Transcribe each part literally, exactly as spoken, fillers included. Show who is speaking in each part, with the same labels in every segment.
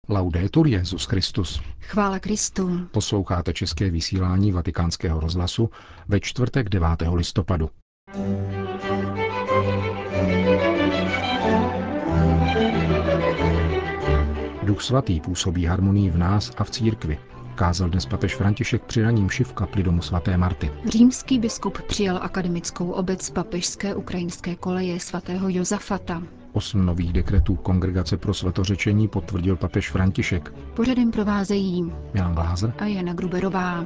Speaker 1: Laudetur Jesus Christus.
Speaker 2: Chvála Kristu.
Speaker 1: Posloucháte české vysílání Vatikánského rozhlasu ve čtvrtek devátého listopadu. Duch svatý působí harmonii v nás a v církvi, kázal dnes papež František při raní mši v kapli domu svaté Marty.
Speaker 2: Římský biskup přijal akademickou obec papežské ukrajinské koleje svatého Josafata.
Speaker 1: Osm nových dekretů Kongregace pro svatořečení potvrdil papež František.
Speaker 2: Pořadem provázejí
Speaker 1: Milan Glázer
Speaker 2: a Jana Gruberová.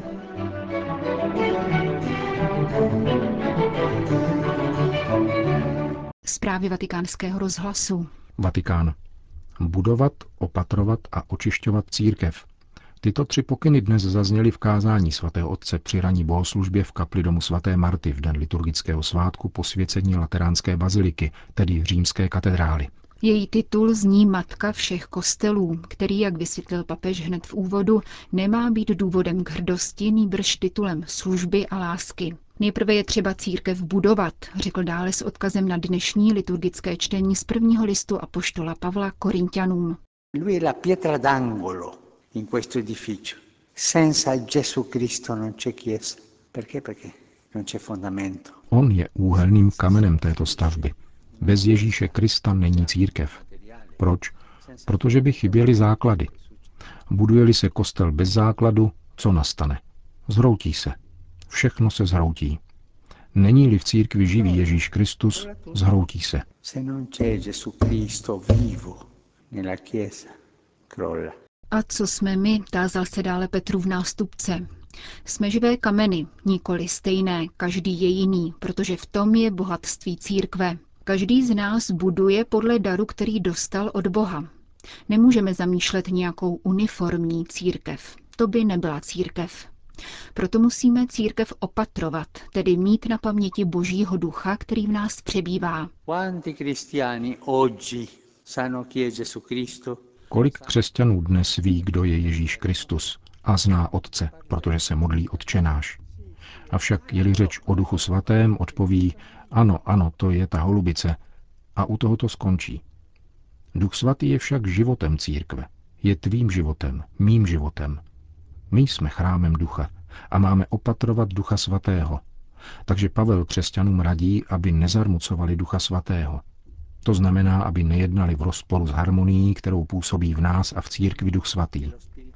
Speaker 2: Zprávy Vatikánského rozhlasu.
Speaker 1: Vatikán. Budovat, opatrovat a očišťovat církev. Tyto tři pokyny dnes zazněly v kázání svatého otce při ranní bohoslužbě v kapli domu svaté Marty v den liturgického svátku posvěcení Lateránské baziliky, tedy římské katedrály.
Speaker 2: Její titul zní Matka všech kostelů, který, jak vysvětlil papež hned v úvodu, nemá být důvodem k hrdosti, nýbrž titulem služby a lásky. Nejprve je třeba církev budovat, řekl dále s odkazem na dnešní liturgické čtení z prvního listu apoštola Pavla Korinťanům.
Speaker 3: Lui è la pietra d'angolo in questo edificio. Senza Gesù Cristo non c'è chiesa. Perché? Perché non c'è fondamento.
Speaker 1: On je úhelným kamenem této stavby. Bez Ježíše Krista není církev. Proč? Protože by chyběly základy. Buduje-li se kostel bez základu, co nastane? Zhroutí se. Všechno se zhroutí. Není-li v církvi živý Ježíš Kristus, zhroutí se.
Speaker 3: Se non c'è Gesù Cristo vivo nella chiesa, crolla.
Speaker 2: A co jsme my, tázal se dále Petrův nástupce. Jsme živé kameny, nikoli stejné, každý je jiný, protože v tom je bohatství církve. Každý z nás buduje podle daru, který dostal od Boha. Nemůžeme zamýšlet nějakou uniformní církev. To by nebyla církev. Proto musíme církev opatrovat, tedy mít na paměti Božího ducha, který v nás přebývá.
Speaker 3: Quanti cristiani oggi sanno chi è Gesù Cristo?
Speaker 1: Kolik křesťanů dnes ví, kdo je Ježíš Kristus a zná Otce, protože se modlí Otčenáš. Avšak je-li řeč o Duchu svatém, odpoví, ano, ano, to je ta holubice, a u toho to skončí. Duch svatý je však životem církve, je tvým životem, mým životem. My jsme chrámem ducha a máme opatrovat Ducha svatého. Takže Pavel křesťanům radí, aby nezarmucovali Ducha svatého. To znamená, aby nejednali v rozporu s harmonií, kterou působí v nás a v církvi Duch svatý.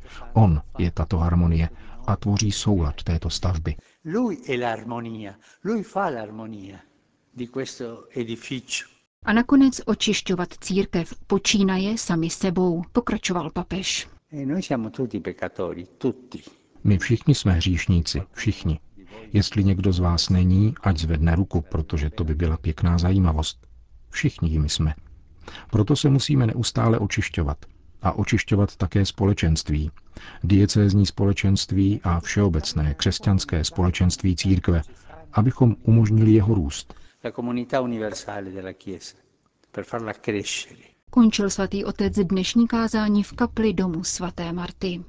Speaker 1: On je tato harmonie a tvoří soulad této stavby.
Speaker 3: Lui è l'armonia, lui fa l'armonia di questo edificio.
Speaker 2: A nakonec očišťovat církev počínaje sami sebou, pokračoval papež.
Speaker 3: E noi siamo tutti peccatori, tutti.
Speaker 1: My všichni jsme hříšníci, všichni. Jestli někdo z vás není, ať zvedne ruku, protože to by byla pěkná zajímavost. Všichni jimi jsme. Proto se musíme neustále očišťovat. A očišťovat také společenství, diecézní společenství a všeobecné křesťanské společenství církve, abychom umožnili jeho růst.
Speaker 3: La comunità universale della Chiesa, per farla crescere.
Speaker 2: Končil svatý otec dnešní kázání v kapli domu svaté Marty.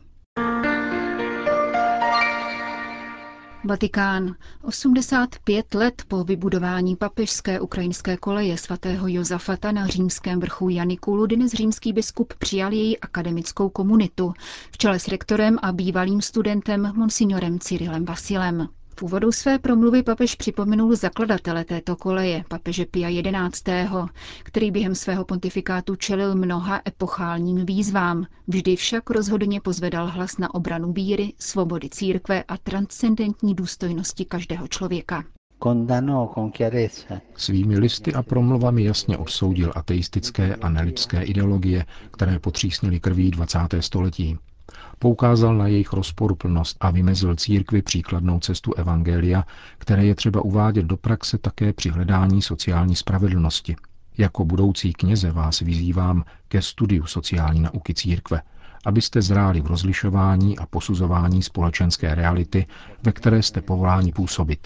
Speaker 2: Vatikán. osmdesát pět let po vybudování papežské ukrajinské koleje svatého Josafata na římském vrchu Janikulu dnes římský biskup přijal její akademickou komunitu v čele s rektorem a bývalým studentem monsignorem Cyrilem Vasilem. V úvodu své promluvy papež připomenul zakladatele této koleje, papeže Pia jedenáctého., který během svého pontifikátu čelil mnoha epochálním výzvám, vždy však rozhodně pozvedal hlas na obranu víry, svobody církve a transcendentní důstojnosti každého člověka.
Speaker 1: Svými listy a promluvami jasně odsoudil ateistické a nelidské ideologie, které potřísnily krví dvacátého století. Poukázal na jejich rozporuplnost a vymezil církvi příkladnou cestu evangelia, které je třeba uvádět do praxe také při hledání sociální spravedlnosti. Jako budoucí kněze vás vyzývám ke studiu sociální nauky církve, abyste zráli v rozlišování a posuzování společenské reality, ve které jste povoláni působit.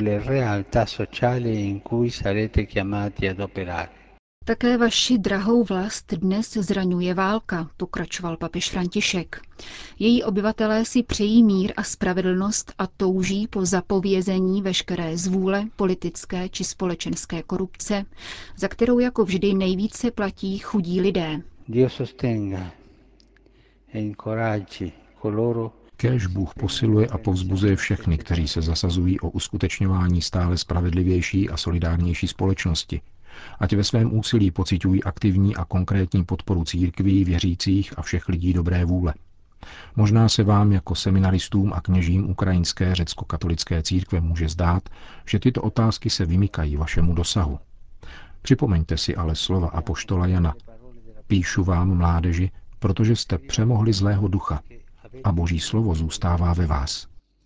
Speaker 2: Také vaši drahou vlast dnes zraňuje válka, pokračoval papež František. Její obyvatelé si přejí mír a spravedlnost a touží po zapovězení veškeré zvůle, politické či společenské korupce, za kterou jako vždy nejvíce platí chudí lidé.
Speaker 3: Dio sostenga
Speaker 1: Kéž Bůh posiluje a povzbuzuje všechny, kteří se zasazují o uskutečňování stále spravedlivější a solidárnější společnosti. Ať ve svém úsilí pociťují aktivní a konkrétní podporu církví, věřících a všech lidí dobré vůle. Možná se vám jako seminaristům a kněžím ukrajinské řecko-katolické církve může zdát, že tyto otázky se vymykají vašemu dosahu. Připomeňte si ale slova apoštola Jana. Píšu vám, mládeži, protože jste přemohli zlého ducha a Boží slovo zůstává ve vás.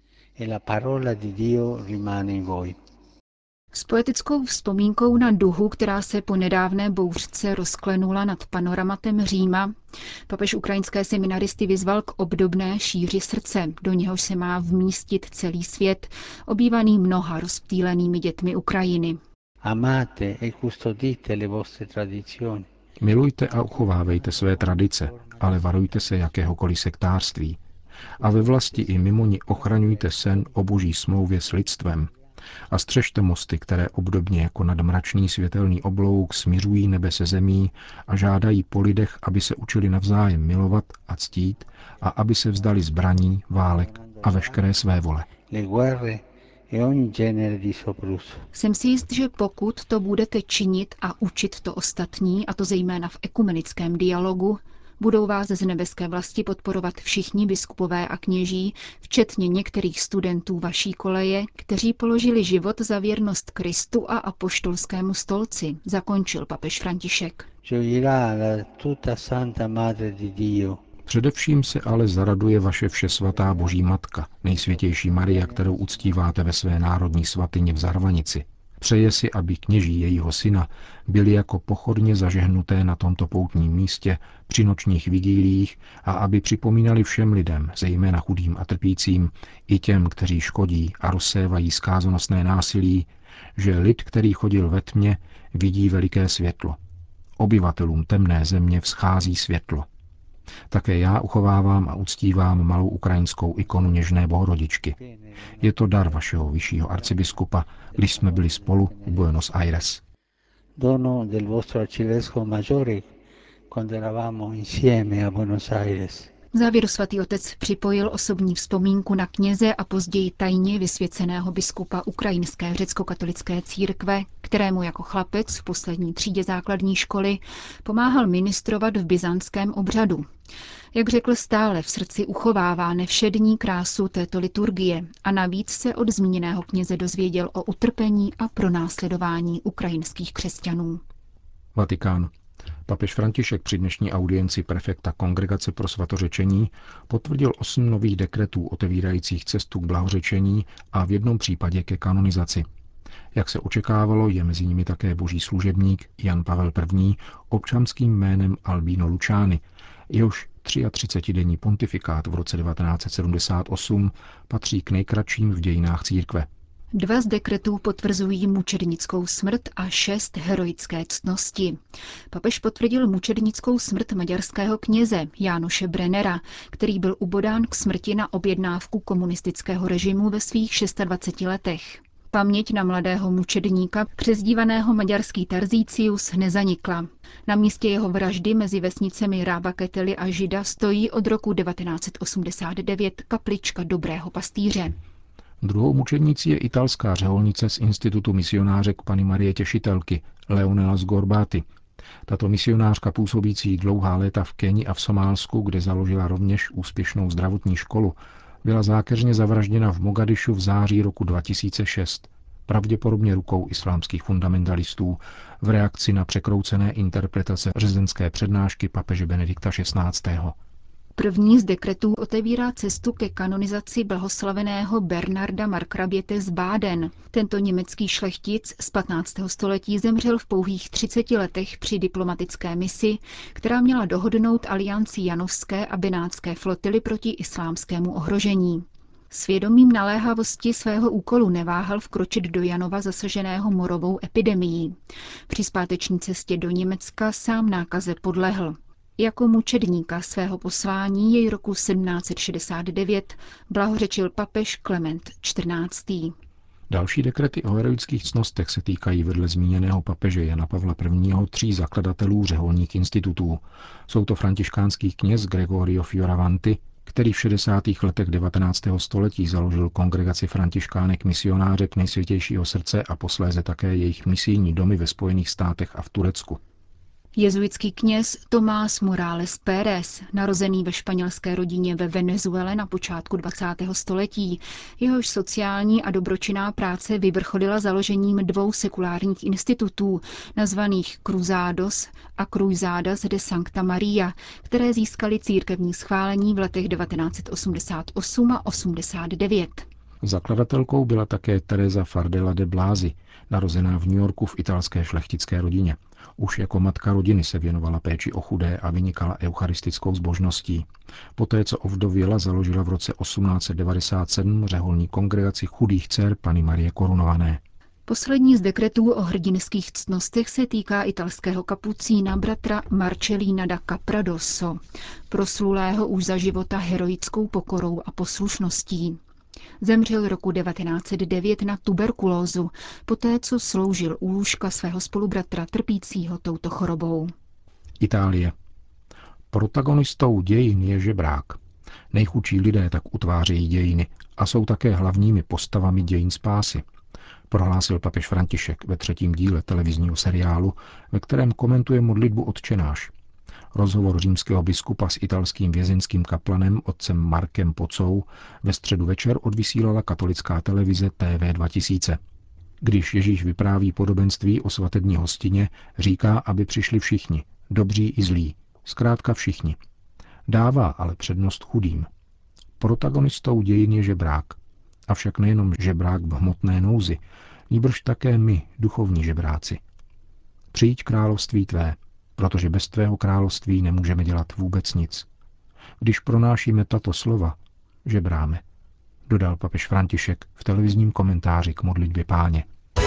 Speaker 2: S poetickou vzpomínkou na duhu, která se po nedávné bouřce rozklenula nad panoramatem Říma, papež ukrajinské seminaristy vyzval k obdobné šíři srdce, do něhož se má vmístit celý svět, obývaný mnoha rozptýlenými dětmi Ukrajiny.
Speaker 1: Milujte a uchovávejte své tradice, ale varujte se jakéhokoliv sektářství. A ve vlasti i mimo ní ochraňujte sen o Boží smlouvě s lidstvem. A střežte mosty, které obdobně jako nadmračný světelný oblouk smiřují nebe se zemí a žádají po lidech, aby se učili navzájem milovat a ctít a aby se vzdali zbraní, válek a veškeré své vole.
Speaker 2: Jsem si jist, že pokud to budete činit a učit to ostatní, a to zejména v ekumenickém dialogu, budou vás z nebeské vlasti podporovat všichni biskupové a kněží, včetně některých studentů vaší koleje, kteří položili život za věrnost Kristu a apoštolskému stolci, zakončil papež František.
Speaker 1: Především se ale zaraduje vaše všesvatá Boží Matka, nejsvětější Maria, kterou uctíváte ve své národní svatyni v Zarvanici. Přeje si, aby kněží jejího syna byli jako pochodně zažehnuté na tomto poutním místě při nočních vigíliích a aby připomínali všem lidem, zejména chudým a trpícím, i těm, kteří škodí a rozsévají zkázonosné násilí, že lid, který chodil ve tmě, vidí veliké světlo. Obyvatelům temné země vzchází světlo. Také já uchovávám a uctívám malou ukrajinskou ikonu Něžné Bohorodičky. Je to dar vašeho vyššího arcibiskupa, když jsme byli spolu v Buenos Aires.
Speaker 3: Dono del vostro arcivescovo maggiore quando eravamo insieme a Buenos Aires.
Speaker 2: V závěru svatý otec připojil osobní vzpomínku na kněze a později tajně vysvěceného biskupa ukrajinské řecko-katolické církve, kterému jako chlapec v poslední třídě základní školy pomáhal ministrovat v byzantském obřadu. Jak řekl, stále v srdci uchovává nevšední krásu této liturgie a navíc se od zmíněného kněze dozvěděl o utrpení a pronásledování ukrajinských křesťanů.
Speaker 1: Vatikán. Papež František při dnešní audienci prefekta Kongregace pro svatořečení potvrdil osm nových dekretů otevírajících cestu k blahořečení a v jednom případě ke kanonizaci. Jak se očekávalo, je mezi nimi také boží služebník Jan Pavel I. občanským jménem Albino Luciani, jehož třiatřicetidenní pontifikát v roce devatenáct set sedmdesát osm patří k nejkratším v dějinách církve.
Speaker 2: Dva z dekretů potvrzují mučednickou smrt a šest heroické ctnosti. Papež potvrdil mučednickou smrt maďarského kněze Jánoše Brennera, který byl ubodán k smrti na objednávku komunistického režimu ve svých dvaceti šesti letech. Paměť na mladého mučedníka, přezdívaného maďarský Tarzícius, nezanikla. Na místě jeho vraždy mezi vesnicemi Rába Ketely a Žida stojí od roku devatenáct set osmdesát devět kaplička Dobrého pastýře.
Speaker 1: Druhou mučednicí je italská řeholnice z Institutu misionářek Panny Marie Těšitelky, Leonela Sgorbati. Tato misionářka působící dlouhá léta v Keni a v Somálsku, kde založila rovněž úspěšnou zdravotní školu, byla zákeřně zavražděna v Mogadišu v září roku dva tisíce šest, pravděpodobně rukou islámských fundamentalistů v reakci na překroucené interpretace řezenské přednášky papeže Benedikta šestnáctého.
Speaker 2: První z dekretů otevírá cestu ke kanonizaci blahoslaveného Bernarda Markraběte z Báden. Tento německý šlechtic z patnáctého století zemřel v pouhých třiceti letech při diplomatické misi, která měla dohodnout alianci janovské a benátské flotily proti islámskému ohrožení. Svědomím naléhavosti svého úkolu neváhal vkročit do Janova zasaženého morovou epidemií. Při zpáteční cestě do Německa sám nákaze podlehl. Jako mučedníka svého poslání jej roku sedmnáct set šedesát devět blahořečil papež Klement čtrnáctý.
Speaker 1: Další dekrety o heroických ctnostech se týkají vedle zmíněného papeže Jana Pavla I. tří zakladatelů řeholních institutů. Jsou to františkánský kněz Gregorio Fioravanti, který v šedesátých letech devatenáctého století založil kongregaci františkánek misionářek Nejsvětějšího srdce a posléze také jejich misijní domy ve Spojených státech a v Turecku.
Speaker 2: Jezuitský kněz Tomás Morales Pérez, narozený ve španělské rodině ve Venezuele na počátku dvacátého století, jehož sociální a dobročinná práce vyvrcholila založením dvou sekulárních institutů, nazvaných Cruzados a Cruzadas de Sancta Maria, které získaly církevní schválení v letech devatenáct osmdesát osm a osmdesát devět.
Speaker 1: Zakladatelkou byla také Teresa Fardela de Blasi, narozená v New Yorku v italské šlechtické rodině. Už jako matka rodiny se věnovala péči o chudé a vynikala eucharistickou zbožností. Poté, co ovdověla, založila v roce osmnáct set devadesát sedm řeholní kongregaci chudých dcer Panny Marie Korunované.
Speaker 2: Poslední z dekretů o hrdinských ctnostech se týká italského kapucína bratra Marcellina da Capradosso, proslulého už za života heroickou pokorou a poslušností. Zemřel roku devatenáct set devět na tuberkulózu, poté co sloužil u lůžka svého spolubratra trpícího touto chorobou.
Speaker 1: Itálie. Protagonistou dějin je žebrák. Nejchudší lidé tak utvářejí dějiny a jsou také hlavními postavami dějin spásy, prohlásil papež František ve třetím díle televizního seriálu, ve kterém komentuje modlitbu Otčenáš. Rozhovor římského biskupa s italským vězeňským kaplanem otcem Markem Pocou ve středu večer odvysílala katolická televize T V dva tisíce. Když Ježíš vypráví podobenství o svatební hostině, říká, aby přišli všichni, dobří i zlí, zkrátka všichni. Dává ale přednost chudým. Protagonistou dějin je žebrák. Avšak nejenom žebrák v hmotné nouzi, nýbrž také my, duchovní žebráci. Přijď království tvé, protože bez tvého království nemůžeme dělat vůbec nic. Když pronášíme tato slova, žebráme, dodal papež František v televizním komentáři k modlitbě Páně.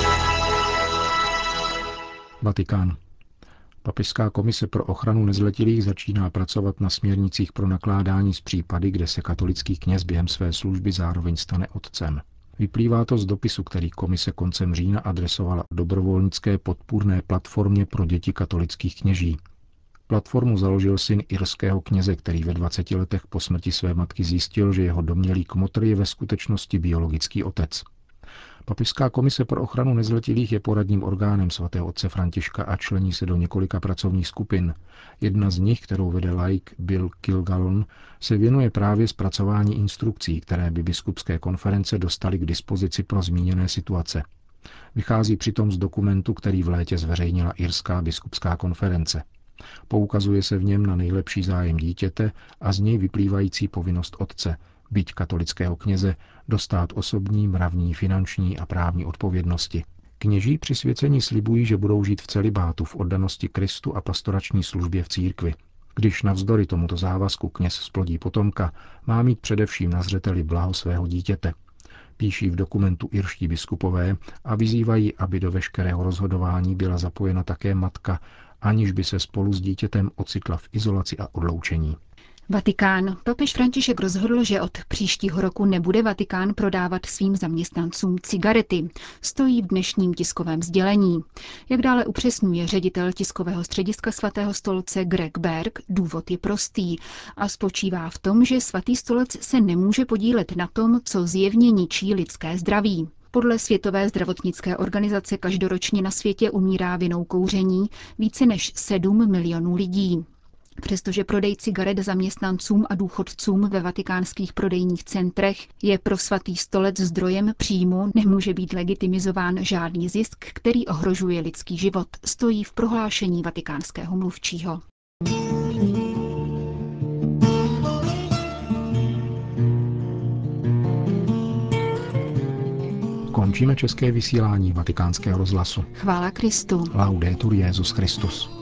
Speaker 1: Vatikán. Papežská komise pro ochranu nezletilých začíná pracovat na směrnicích pro nakládání s případy, kde se katolický kněz během své služby zároveň stane otcem. Vyplývá to z dopisu, který komise koncem října adresovala dobrovolnické podpůrné platformě pro děti katolických kněží. Platformu založil syn irského kněze, který ve dvaceti letech po smrti své matky zjistil, že jeho domnělý kmotr je ve skutečnosti biologický otec. Papežská komise pro ochranu nezletilých je poradním orgánem svatého otce Františka a člení se do několika pracovních skupin. Jedna z nich, kterou vede laik Bill Kilgalon, se věnuje právě zpracování instrukcí, které by biskupské konference dostaly k dispozici pro zmíněné situace. Vychází přitom z dokumentu, který v létě zveřejnila irská biskupská konference. Poukazuje se v něm na nejlepší zájem dítěte a z něj vyplývající povinnost otce, byť katolického kněze, dostát osobní, mravní, finanční a právní odpovědnosti. Kněží při svěcení slibují, že budou žít v celibátu, v oddanosti Kristu a pastorační službě v církvi. Když navzdory tomuto závazku kněz splodí potomka, má mít především na zřeteli blaho svého dítěte. Píší v dokumentu irští biskupové a vyzývají, aby do veškerého rozhodování byla zapojena také matka, aniž by se spolu s dítětem ocitla v izolaci a odloučení.
Speaker 2: Vatikán. Papež František rozhodl, že od příštího roku nebude Vatikán prodávat svým zaměstnancům cigarety. Stojí v dnešním tiskovém sdělení. Jak dále upřesňuje ředitel tiskového střediska Svatého stolce Greg Berg, důvod je prostý a spočívá v tom, že Svatý stolec se nemůže podílet na tom, co zjevně ničí lidské zdraví. Podle Světové zdravotnické organizace každoročně na světě umírá vinou kouření více než sedm milionů lidí. Přestože prodej cigaret zaměstnancům a důchodcům ve vatikánských prodejních centrech je pro Svatý stolec zdrojem příjmu, nemůže být legitimizován žádný zisk, který ohrožuje lidský život, stojí v prohlášení vatikánského mluvčího.
Speaker 1: Končíme české vysílání Vatikánského rozhlasu.
Speaker 2: Chvála Kristu.
Speaker 1: Laudetur Jesus Christus.